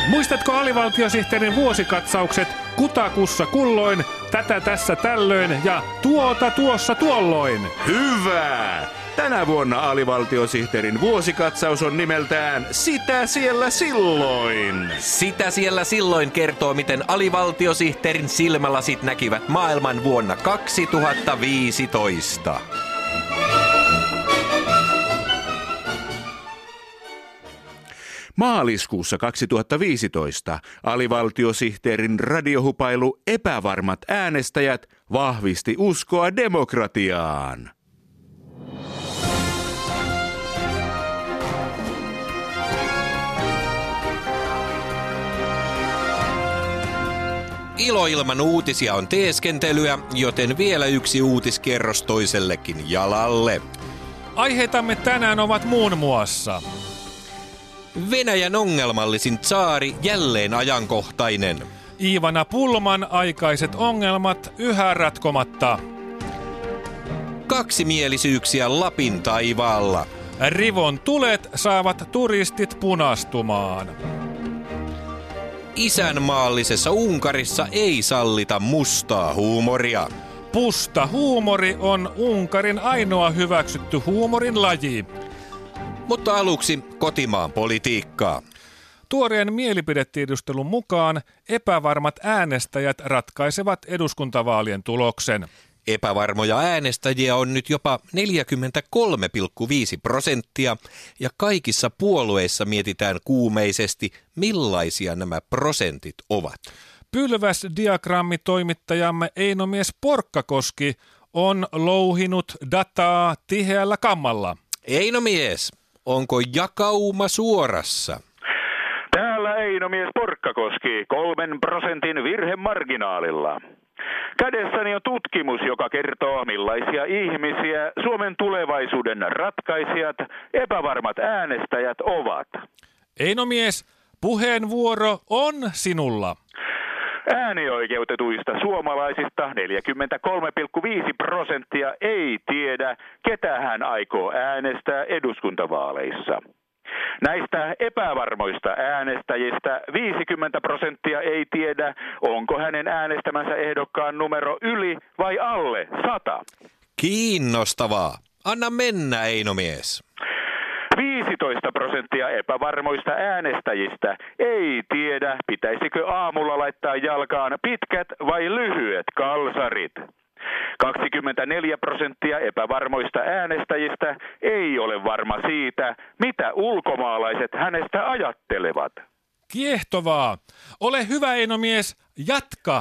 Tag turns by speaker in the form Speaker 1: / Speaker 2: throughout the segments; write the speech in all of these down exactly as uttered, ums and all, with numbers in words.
Speaker 1: Muistatko alivaltiosihteerin vuosikatsaukset kutakussa kulloin, tätä tässä tällöin ja tuota tuossa tuolloin?
Speaker 2: Hyvä! Tänä vuonna alivaltiosihteerin vuosikatsaus on nimeltään Sitä siellä silloin.
Speaker 3: Sitä siellä silloin kertoo, miten alivaltiosihteerin silmälasit näkivät maailman vuonna kaksituhattaviisitoista.
Speaker 2: Maaliskuussa kaksituhattaviisitoista alivaltiosihteerin radiohupailu Epävarmat äänestäjät vahvisti uskoa demokratiaan.
Speaker 3: Iloilman uutisia on teeskentelyä, joten vielä yksi uutiskerros toisellekin jalalle.
Speaker 1: Aiheitamme tänään ovat muun muassa:
Speaker 3: Venäjän ongelmallisin tsaari jälleen ajankohtainen.
Speaker 1: Iivana Pulman aikaiset ongelmat yhä ratkomatta.
Speaker 3: Kaksimielisyyksiä Lapin taivaalla.
Speaker 1: Rivon tulet saavat turistit punastumaan.
Speaker 3: Isänmaallisessa Unkarissa ei sallita mustaa huumoria.
Speaker 1: Pusta huumori on Unkarin ainoa hyväksytty huumorin laji.
Speaker 3: Mutta aluksi kotimaan politiikkaa.
Speaker 1: Tuoreen mielipidetiedustelun mukaan epävarmat äänestäjät ratkaisevat eduskuntavaalien tuloksen.
Speaker 3: Epävarmoja äänestäjiä on nyt jopa neljäkymmentäkolme pilkku viisi prosenttia ja kaikissa puolueissa mietitään kuumeisesti, millaisia nämä prosentit ovat.
Speaker 1: Pylväsdiagrammitoimittajamme Einomies Porkkakoski on louhinut dataa tiheällä kammalla.
Speaker 3: Einomies, onko jakauma suorassa?
Speaker 4: Täällä Einomies Porkkakoski kolmen prosentin virhemarginaalilla. Kädessäni on tutkimus, joka kertoo, millaisia ihmisiä Suomen tulevaisuuden ratkaisijat, epävarmat äänestäjät ovat.
Speaker 1: Einomies, puheenvuoro on sinulla.
Speaker 4: Äänioikeutetuista suomalaisista neljäkymmentäkolme pilkku viisi prosenttia ei tiedä, ketä hän aikoo äänestää eduskuntavaaleissa. Näistä epävarmoista äänestäjistä viisikymmentä prosenttia ei tiedä, onko hänen äänestämänsä ehdokkaan numero yli vai alle sata.
Speaker 3: Kiinnostavaa. Anna mennä, Einomies.
Speaker 4: viisitoista prosenttia epävarmoista äänestäjistä ei tiedä, pitäisikö aamulla laittaa jalkaan pitkät vai lyhyet kalsarit. kaksikymmentäneljä prosenttia epävarmoista äänestäjistä ei ole varma siitä, mitä ulkomaalaiset hänestä ajattelevat.
Speaker 1: Kiehtovaa. Ole hyvä, Einomies. Jatka.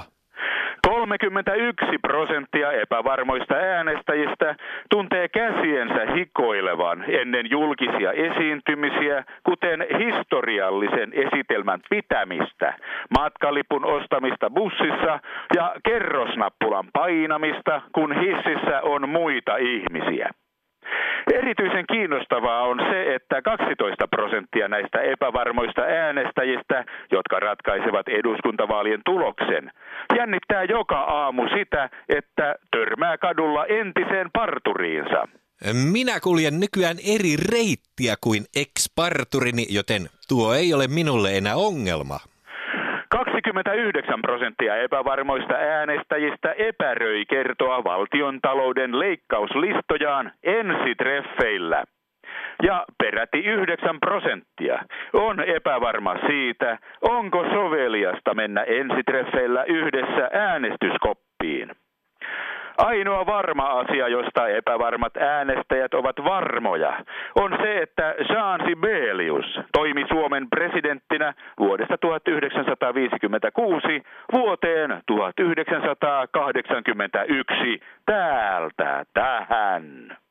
Speaker 4: kolmekymmentäyksi prosenttia epävarmoista äänestäjistä tuntee käsiensä hikoilevan ennen julkisia esiintymisiä, kuten historiallisen esitelmän pitämistä, matkalipun ostamista bussissa ja kerrosnappulan painamista, kun hississä on muita ihmisiä. Erityisen kiinnostavaa on se, että kaksitoista prosenttia näistä epävarmoista äänestäjistä, jotka ratkaisevat eduskuntavaalien tuloksen, jännittää joka aamu sitä, että törmää kadulla entiseen parturiinsa.
Speaker 3: Minä kuljen nykyään eri reittiä kuin ex-parturini, joten tuo ei ole minulle enää ongelma.
Speaker 4: kaksikymmentäyhdeksän prosenttia epävarmoista äänestäjistä epäröi kertoa valtiontalouden leikkauslistojaan ensitreffeillä. Ja peräti yhdeksän prosenttia on epävarma siitä, onko soveliasta mennä ensitreffeillä yhdessä äänestyskoppiin. Ainoa varma asia, josta epävarmat äänestäjät ovat varmoja, on se, että Jean Sibelius toimi Suomen presidenttinä vuodesta tuhatyhdeksänsataaviisikymmentäkuusi vuoteen tuhatyhdeksänsataakahdeksankymmentäyksi täältä tähän.